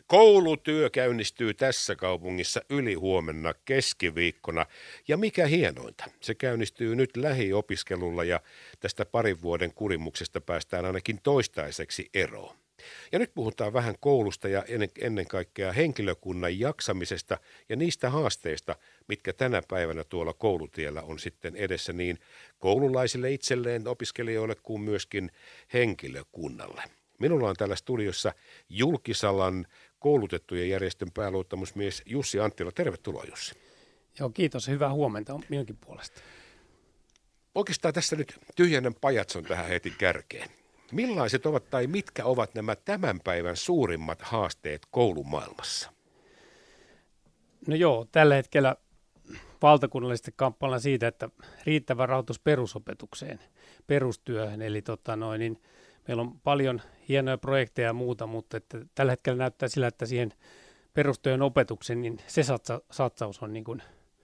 Koulutyö käynnistyy tässä kaupungissa ylihuomenna keskiviikkona. Ja mikä hienointa, se käynnistyy nyt lähiopiskelulla ja tästä parin vuoden kurimuksesta päästään ainakin toistaiseksi eroon. Ja nyt puhutaan vähän koulusta ja ennen kaikkea henkilökunnan jaksamisesta ja niistä haasteista, mitkä tänä päivänä tuolla koulutiellä on sitten edessä niin koululaisille itselleen, opiskelijoille kuin myöskin henkilökunnalle. Minulla on täällä studiossa julkisalan koulutettujen järjestön pääluottamusmies Jussi Anttila. Tervetuloa, Jussi. Joo, kiitos. Hyvää huomenta minunkin puolesta. Oikeastaan tässä nyt tyhjennän pajatson tähän heti kärkeen. Millaiset ovat tai mitkä ovat nämä tämän päivän suurimmat haasteet koulumaailmassa? No joo, tällä hetkellä valtakunnallisesti kamppaillaan siitä, että riittävä rahoitus perusopetukseen, perustyöhön. Eli niin meillä on paljon hienoja projekteja ja muuta, mutta että tällä hetkellä näyttää sillä, että siihen perustyön opetukseen niin se satsaus on niin kuin,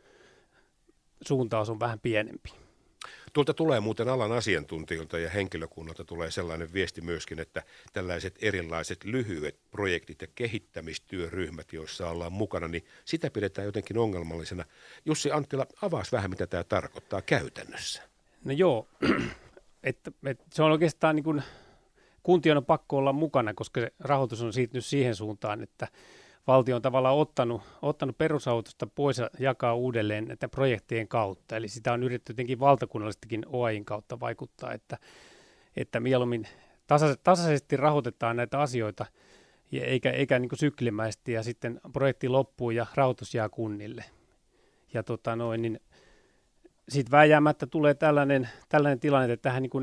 suuntaus on vähän pienempi. Tuolta tulee muuten alan asiantuntijoilta ja henkilökunnalta tulee sellainen viesti myöskin, että tällaiset erilaiset lyhyet projektit ja kehittämistyöryhmät, joissa ollaan mukana, niin sitä pidetään jotenkin ongelmallisena. Jussi Anttila, avaas vähän, mitä tämä tarkoittaa käytännössä. No joo, että se on oikeastaan niin kuin kuntien on pakko olla mukana, koska se rahoitus on siirtynyt siihen suuntaan, että valtio on tavallaan ottanut perusrahoitusta pois ja jakaa uudelleen näiden projektien kautta. Eli sitä on yritetty jotenkin valtakunnallisestikin OAI:n kautta vaikuttaa, että mieluummin tasaisesti rahoitetaan näitä asioita eikä niin kuin syklimäisesti ja sitten projekti loppuu ja rahoitus jää kunnille. Ja niin sitten vääjäämättä tulee tällainen tilanne, että tähän niin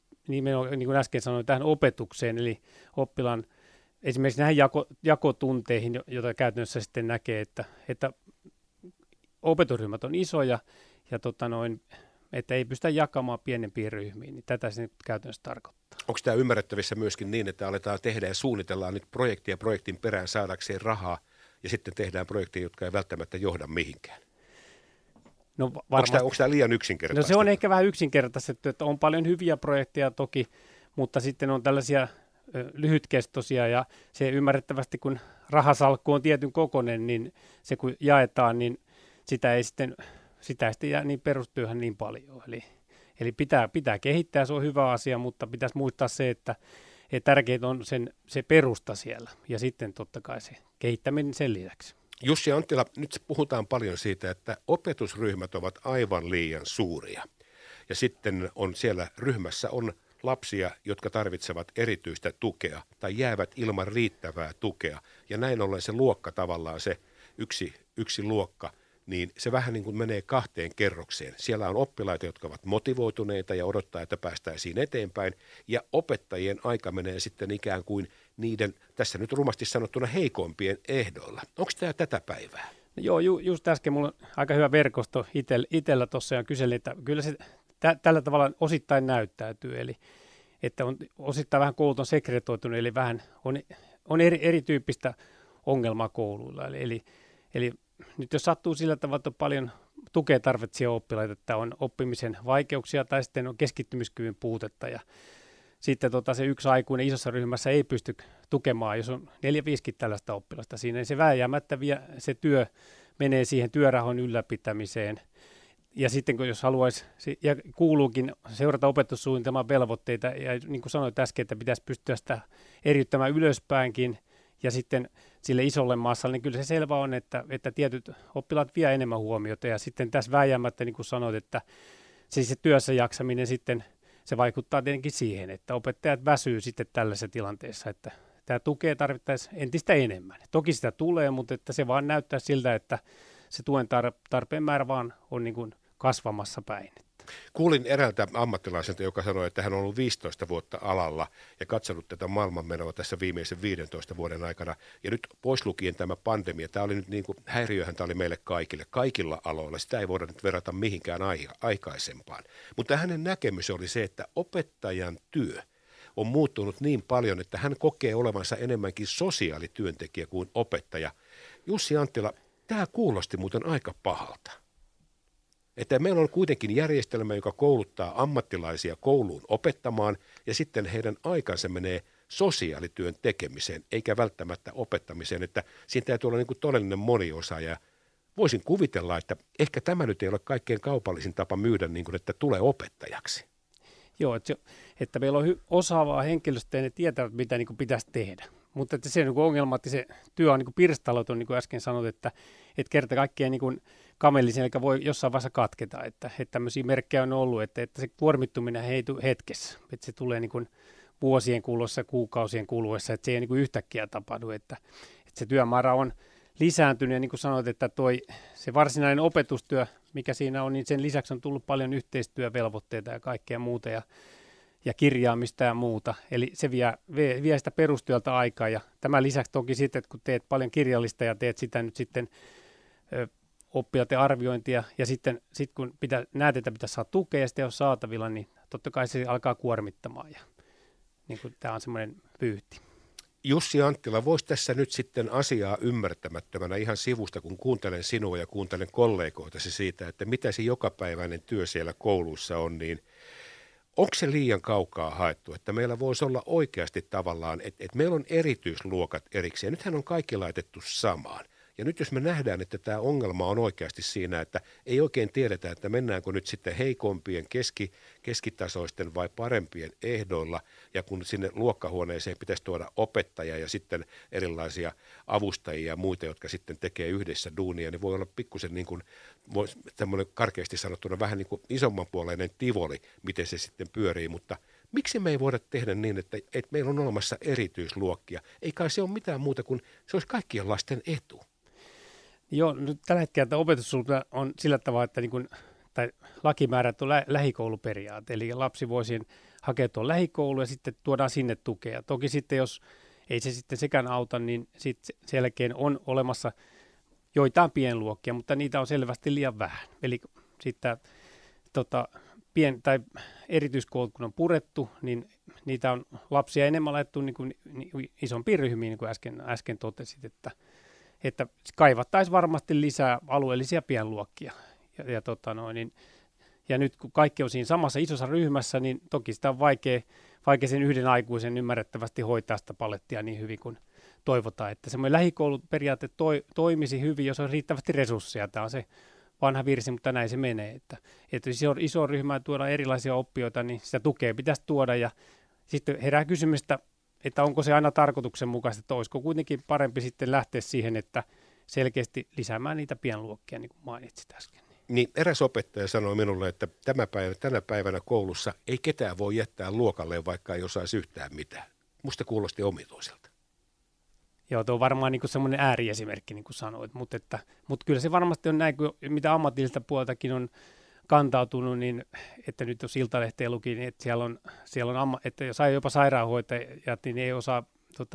kuin äsken sanoin, tähän opetukseen, eli oppilaan esimerkiksi näihin jakotunteihin, joita käytännössä sitten näkee, että opetusryhmät on isoja ja että ei pystytä jakamaan pienempiin ryhmiin, niin tätä se nyt käytännössä tarkoittaa. Onko tämä ymmärrettävissä myöskin niin, että aletaan tehdä ja suunnitellaan nyt projektia projektin perään saadakseen rahaa ja sitten tehdään projekteja, jotka ei välttämättä johda mihinkään? No, onko tämä liian yksinkertaista? No se on ehkä vähän yksinkertaistettu, että on paljon hyviä projekteja toki, mutta sitten on tällaisia lyhytkestoisia ja se ymmärrettävästi, kun rahasalkku on tietyn kokoinen, niin se kun jaetaan, niin sitä ei sitten jää niin perustyöhön niin paljon. Eli pitää kehittää, se on hyvä asia, mutta pitäisi muistaa se, että tärkeintä on se perusta siellä ja sitten totta kai se kehittäminen sen lisäksi. Jussi Anttila, nyt puhutaan paljon siitä, että opetusryhmät ovat aivan liian suuria ja sitten on siellä ryhmässä on lapsia, jotka tarvitsevat erityistä tukea tai jäävät ilman riittävää tukea. Ja näin ollen se luokka tavallaan, se yksi luokka, niin se vähän niin kuin menee kahteen kerrokseen. Siellä on oppilaita, jotka ovat motivoituneita ja odottaa, että päästäisiin eteenpäin. Ja opettajien aika menee sitten ikään kuin niiden, tässä nyt rumasti sanottuna, heikoimpien ehdoilla. Onko tämä tätä päivää? No joo, just äsken mulla on aika hyvä verkosto itsellä tuossa ja kyselin, että kyllä se tällä tavalla osittain näyttäytyy, eli että on osittain vähän koulut on sekretoitunut, eli vähän on erityyppistä ongelmaa kouluilla. Eli nyt jos sattuu sillä tavalla, että on paljon tukea tarvitsevia oppilaita, että on oppimisen vaikeuksia tai sitten on keskittymiskyvyn puutetta ja sitten se yksi aikuinen isossa ryhmässä ei pysty tukemaan, jos on 4-5 tällaista oppilasta siinä, niin se vääjäämättä se työ menee siihen työrauhan ylläpitämiseen. Ja sitten jos haluaisi, ja kuuluukin seurata opetussuunnitelman velvoitteita, ja niin kuin sanoit äsken, että pitäisi pystyä sitä eriyttämään ylöspäinkin, ja sitten sille isolle massalle, niin kyllä se selvä on, että tietyt oppilaat vie enemmän huomiota, ja sitten tässä vääjäämättä, niin kuin sanoit, että se työssä jaksaminen sitten, se vaikuttaa tietenkin siihen, että opettajat väsyy sitten tällaisessa tilanteessa, että tämä tukea tarvittaisiin entistä enemmän. Toki sitä tulee, mutta että se vaan näyttää siltä, että se tuen tarpeen määrä vaan on niin kuin kasvamassa päin. Kuulin eräältä ammattilaiselta, joka sanoi, että hän on ollut 15 vuotta alalla ja katsonut tätä maailmanmenoa tässä viimeisen 15 vuoden aikana. Ja nyt pois lukien tämä pandemia, tämä oli nyt niin kuin häiriöhän tämä oli meille kaikilla aloilla. Sitä ei voida nyt verrata mihinkään aikaisempaan. Mutta hänen näkemys oli se, että opettajan työ on muuttunut niin paljon, että hän kokee olevansa enemmänkin sosiaalityöntekijä kuin opettaja. Jussi Anttila, tämä kuulosti muuten aika pahalta. Että meillä on kuitenkin järjestelmä, joka kouluttaa ammattilaisia kouluun opettamaan ja sitten heidän aikansa menee sosiaalityön tekemiseen, eikä välttämättä opettamiseen, että siinä täytyy olla niin kuin todellinen moniosaaja. Voisin kuvitella, että ehkä tämä nyt ei ole kaikkein kaupallisin tapa myydä, niin kuin, että tulee opettajaksi. Joo, että meillä on osaavaa henkilöstöä ja ne tietävät, mitä niin kuin pitäisi tehdä. Mutta että se on niin kuin ongelma, että se työ on niin kuin pirstaloitunut, niin kuin äsken sanoit, että kerta kaikkiaan niin kamellisen, eli voi jossain vaiheessa katketa. Että tämmöisiä merkkejä on ollut, että se kuormittuminen ei tule hetkessä, että se tulee niin kuin vuosien kuluessa, kuukausien kuluessa, että se ei niin kuin yhtäkkiä tapahdu, että se työmäärä on lisääntynyt ja niin kuin sanoit, että se varsinainen opetustyö, mikä siinä on, niin sen lisäksi on tullut paljon yhteistyövelvoitteita ja kaikkea muuta ja kirjaamista ja muuta. Eli se vie sitä perustyöltä aikaa ja tämän lisäksi toki sitten, että kun teet paljon kirjallista ja teet sitä nyt sitten oppilaiden arviointia ja sitten kun näet, että pitäisi saada tukea ja sitten on saatavilla, niin totta kai se alkaa kuormittamaan ja niin kuin tämä on semmoinen vyyhti. Jussi Anttila, voisi tässä nyt sitten asiaa ymmärtämättömänä ihan sivusta, kun kuuntelen sinua ja kuuntelen kollegoitasi siitä, että mitä se jokapäiväinen työ siellä koulussa on, niin onko se liian kaukaa haettu, että meillä voisi olla oikeasti tavallaan, että meillä on erityisluokat erikseen. Nythän on kaikki laitettu samaan. Ja nyt jos me nähdään, että tämä ongelma on oikeasti siinä, että ei oikein tiedetä, että mennäänkö nyt sitten heikompien, keskitasoisten vai parempien ehdoilla, ja kun sinne luokkahuoneeseen pitäisi tuoda opettaja ja sitten erilaisia avustajia ja muita, jotka sitten tekee yhdessä duunia, niin voi olla pikkusen niin kuin, tämmöinen karkeasti sanottuna vähän niin kuin isommanpuoleinen tivoli, miten se sitten pyörii, mutta miksi me ei voida tehdä niin, että meillä on olemassa erityisluokkia? Ei kai se ole mitään muuta kuin se olisi kaikkien lasten etu. Joo, nyt tällä hetkellä tämä opetussuunnitelma on sillä tavalla, että tai lakimäärät on lähikouluperiaate, eli lapsi voisi hakeutua lähikouluun ja sitten tuodaan sinne tukea. Toki sitten, jos ei se sitten sekään auta, niin sitten sen jälkeen on olemassa joitain pienluokkia, mutta niitä on selvästi liian vähän. Eli sitten tai erityiskoulut, kun on purettu, niin niitä on lapsia enemmän laittu niin isompiin ryhmiin, niin kuin äsken totesit, että kaivattaisiin varmasti lisää alueellisia pienluokkia. Ja nyt kun kaikki on siinä samassa isossa ryhmässä, niin toki sitä on vaikea sen yhden aikuisen ymmärrettävästi hoitaa sitä palettia niin hyvin kuin toivotaan. Että semmoinen lähikouluperiaate toimisi hyvin, jos on riittävästi resursseja. Tämä on se vanha virsi, mutta näin se menee. Että iso ryhmään tuodaan erilaisia oppijoita, niin sitä tukea pitäisi tuoda. Ja sitten herää kysymystä, että onko se aina tarkoituksenmukaista, että olisiko kuitenkin parempi sitten lähteä siihen, että selkeästi lisäämään niitä pienluokkia, niin kuin mainitsit äsken. Niin eräs opettaja sanoi minulle, että tänä päivänä koulussa ei ketään voi jättää luokalle, vaikka ei osaisi yhtään mitään. Musta kuulosti omituiselta. Joo, tuo on varmaan niin semmoinen ääriesimerkki, niin kuin sanoit, mutta kyllä se varmasti on näin, mitä ammatilliselta puoleltakin on kantautunut, niin että nyt jos Iltalehteen luki, niin että siellä on että jos jopa sairaanhoitajat, niin ei osaa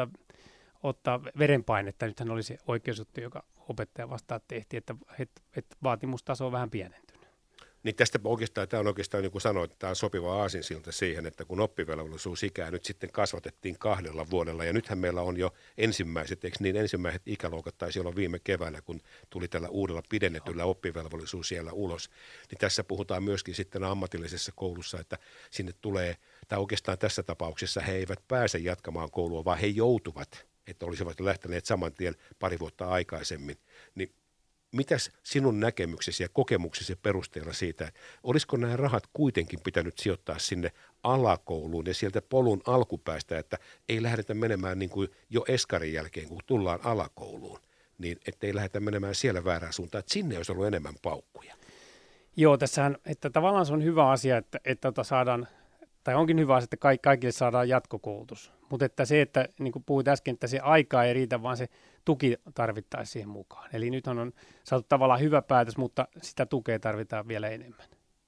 ottaa verenpainetta. Nythän oli se oikeusjuttu, joka opettaja vastaan tehtiin, että vaatimustaso on vähän pienentynyt. Niin tämä on oikeastaan niin kuin sanoit, tämä on sopiva aasinsilta siihen, että kun oppivelvollisuusikää nyt sitten kasvatettiin 2 vuodella, ja nythän meillä on jo ensimmäiset ikäluokat taisi olla viime keväänä, kun tuli tällä uudella pidennetyllä oppivelvollisuus siellä ulos, niin tässä puhutaan myöskin sitten ammatillisessa koulussa, että sinne tulee, tai oikeastaan tässä tapauksessa he eivät pääse jatkamaan koulua, vaan he joutuvat, että olisivat lähteneet saman tien 2 vuotta aikaisemmin, niin mitäs sinun näkemyksesi ja kokemuksesi perusteella siitä, että olisiko nämä rahat kuitenkin pitänyt sijoittaa sinne alakouluun ja sieltä polun alkupäästä, että ei lähdetä menemään niin kuin jo eskarin jälkeen, kun tullaan alakouluun, niin ettei lähdetä menemään siellä väärään suuntaan, että sinne olisi ollut enemmän paukkuja. Joo, tässähän, että tavallaan se on hyvä asia, että saadaan, tai onkin hyvä asia, että kaikille saadaan jatkokoulutus, mutta että se, että niin kuin puhuit äsken, että se aika ei riitä, vaan se tuki tarvittaisiin siihen mukaan. Eli nyt on saatu tavallaan hyvä päätös, mutta sitä tukea tarvitaan vielä enemmän.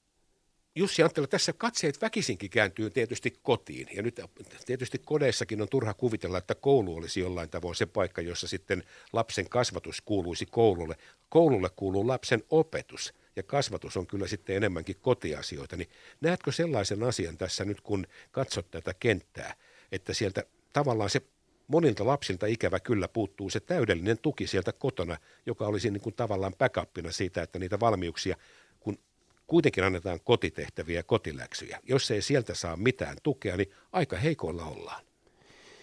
Jussi Anttila, tässä katseet väkisinkin kääntyy tietysti kotiin. Ja nyt tietysti kodeissakin on turha kuvitella, että koulu olisi jollain tavoin se paikka, jossa sitten lapsen kasvatus kuuluisi koululle. Koululle kuuluu lapsen opetus ja kasvatus on kyllä sitten enemmänkin kotiasioita. Niin näetkö sellaisen asian tässä nyt, kun katsot tätä kenttää, että sieltä tavallaan se monilta lapsilta ikävä kyllä puuttuu se täydellinen tuki sieltä kotona, joka olisi niin kuin tavallaan backupina siitä, että niitä valmiuksia, kun kuitenkin annetaan kotitehtäviä ja kotiläksyjä. Jos ei sieltä saa mitään tukea, niin aika heikoilla ollaan.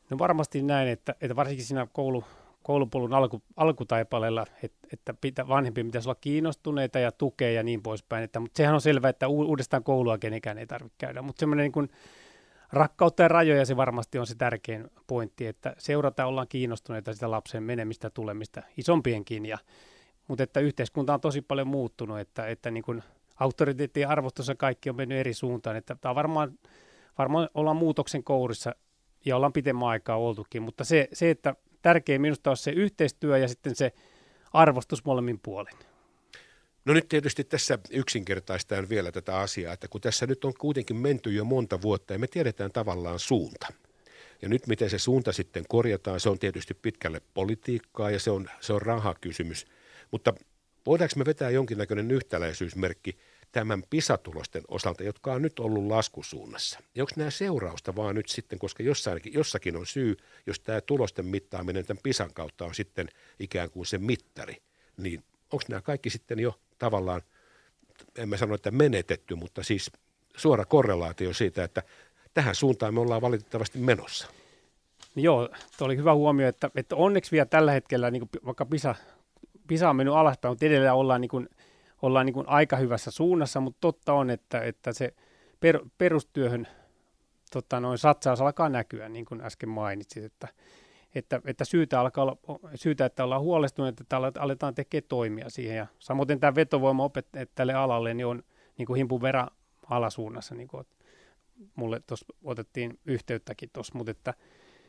No varmasti näin, että varsinkin siinä koulupolun alkutaipaleella, että vanhempia pitäisi olla kiinnostuneita ja tukea ja niin poispäin. Mutta sehän on selvää, että uudestaan koulua kenenkään ei tarvitse käydä. Mutta semmoinen niin kuin rakkautta ja rajoja se varmasti on se tärkein pointti, että seurataan, ollaan kiinnostuneita sitä lapsen menemistä, tulemista isompienkin. Mutta että yhteiskunta on tosi paljon muuttunut, että niin kuin auktoriteetti ja arvostus ja kaikki on mennyt eri suuntaan. Että tämä varmaan ollaan muutoksen kourissa ja ollaan pitemmän aikaa oltukin, mutta se että tärkein minusta on se yhteistyö ja sitten se arvostus molemmin puolin. No nyt tietysti tässä yksinkertaistaan vielä tätä asiaa, että kun tässä nyt on kuitenkin menty jo monta vuotta ja me tiedetään tavallaan suunta. Ja nyt miten se suunta sitten korjataan, se on tietysti pitkälle politiikkaa ja se on rahakysymys. Mutta voidaanko me vetää jonkinnäköinen yhtäläisyysmerkki tämän PISA-tulosten osalta, jotka on nyt ollut laskusuunnassa? Ja onko nämä seurausta vaan nyt sitten, koska jossakin on syy, jos tämä tulosten mittaaminen tämän PISAn kautta on sitten ikään kuin se mittari, niin onko nämä kaikki sitten jo tavallaan, en mä sano, että menetetty, mutta siis suora korrelaatio siitä, että tähän suuntaan me ollaan valitettavasti menossa? Joo, tuo oli hyvä huomio, että onneksi vielä tällä hetkellä, niin kuin vaikka PISA on mennyt alaspäin, mutta edelleen ollaan niin kuin aika hyvässä suunnassa, mutta totta on, että se perustyöhön satsaus alkaa näkyä, niin kuin äsken mainitsit, että syytä, että ollaan huolestuneita, että aletaan tekemään toimia siihen. Ja samoin tämä vetovoima tälle alalle niin on niin kuin himpun verran alasuunnassa, niin kuin mulle tuossa otettiin yhteyttäkin tuossa, mutta että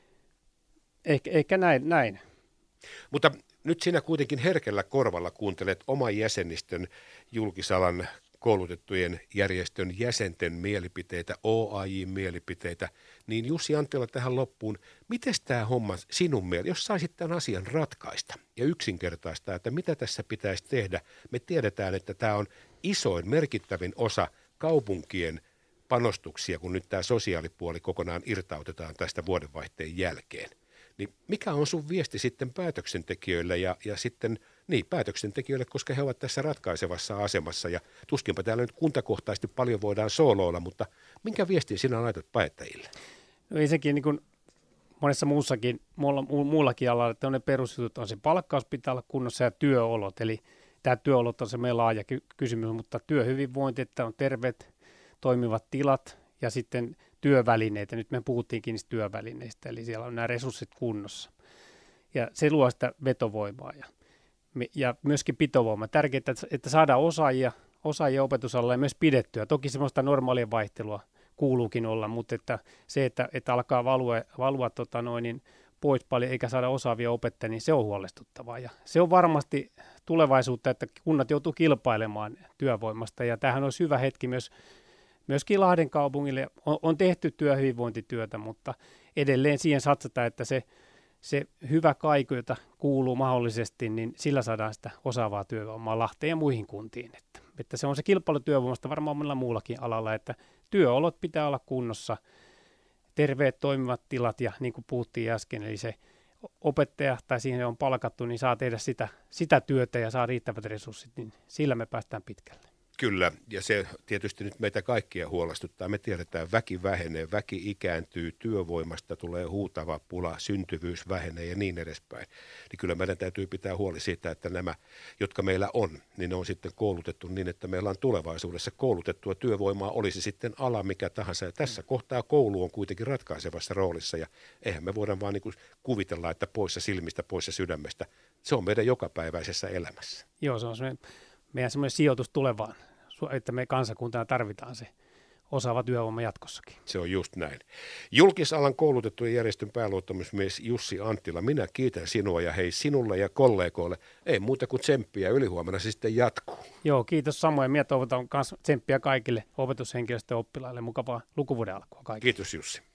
ehkä näin. Mutta nyt sinä kuitenkin herkällä korvalla kuuntelet oman jäsenistön julkisalan koulutettujen järjestön jäsenten mielipiteitä, OAJ-mielipiteitä, niin Jussi Anttila tähän loppuun, miten tämä homma sinun mielestä, jos saisit tämän asian ratkaista ja yksinkertaista, että mitä tässä pitäisi tehdä, me tiedetään, että tämä on isoin, merkittävin osa kaupunkien panostuksia, kun nyt tämä sosiaalipuoli kokonaan irtautetaan tästä vuodenvaihteen jälkeen. Niin mikä on sun viesti sitten päätöksentekijöille ja sitten päätöksentekijöille, koska he ovat tässä ratkaisevassa asemassa ja tuskinpä täällä nyt kuntakohtaisesti paljon voidaan sooloilla, mutta minkä viestin sinä laitat päättäjille? No ensinnäkin niin kuin monessa muullakin alalla, että ne perusjutut on se palkkaus pitää olla kunnossa ja työolot, eli tämä työolot on se meidän laaja kysymys, mutta työhyvinvointi, että on terveet toimivat tilat ja sitten työvälineitä. Nyt me puhuttiinkin niistä työvälineistä, eli siellä on nämä resurssit kunnossa. Ja se luo sitä vetovoimaa ja myöskin pitovoimaa. Tärkeää, että saadaan osaajia opetusalalla ja myös pidettyä. Toki semmoista normaalia vaihtelua kuuluukin olla, mutta että se, että alkaa valua pois paljon eikä saada osaavia opettajia, niin se on huolestuttavaa. Ja se on varmasti tulevaisuutta, että kunnat joutuu kilpailemaan työvoimasta. Ja tämähän olisi hyvä hetki myöskin Lahden kaupungille. On tehty työhyvinvointityötä, mutta edelleen siihen satsataan, että se hyvä kaiku, jota kuuluu mahdollisesti, niin sillä saadaan sitä osaavaa työvoimaa Lahteen ja muihin kuntiin. Että se on se kilpailutyövoimasta varmaan monella muullakin alalla, että työolot pitää olla kunnossa, terveet toimivat tilat ja niin kuin puhuttiin äsken, eli se opettaja tai siihen on palkattu, niin saa tehdä sitä työtä ja saa riittävät resurssit, niin sillä me päästään pitkälle. Kyllä, ja se tietysti nyt meitä kaikkia huolestuttaa. Me tiedetään, väki vähenee, väki ikääntyy, työvoimasta tulee huutava pula, syntyvyys vähenee ja niin edespäin. Niin kyllä meidän täytyy pitää huoli siitä, että nämä, jotka meillä on, niin ne on sitten koulutettu niin, että meillä on tulevaisuudessa koulutettua työvoimaa, olisi sitten ala mikä tahansa. Ja tässä kohtaa koulu on kuitenkin ratkaisevassa roolissa ja eihän me voida vaan niin kuin kuvitella, että poissa silmistä, poissa sydämestä. Se on meidän jokapäiväisessä elämässä. Joo, se on meidän semmoinen sijoitus tulevaan, että me kansakuntana tarvitaan se osaava työvoima jatkossakin. Se on just näin. Julkisalan koulutettujen järjestön pääluottamusmies Jussi Anttila, minä kiitän sinua ja hei sinulle ja kollegoille. Ei muuta kuin tsemppiä, ylihuomenna se sitten jatkuu. Joo, kiitos samoin. Minä toivotan myös tsemppiä kaikille opetushenkilöstön oppilaille. Mukavaa lukuvuoden alkua kaikille. Kiitos Jussi.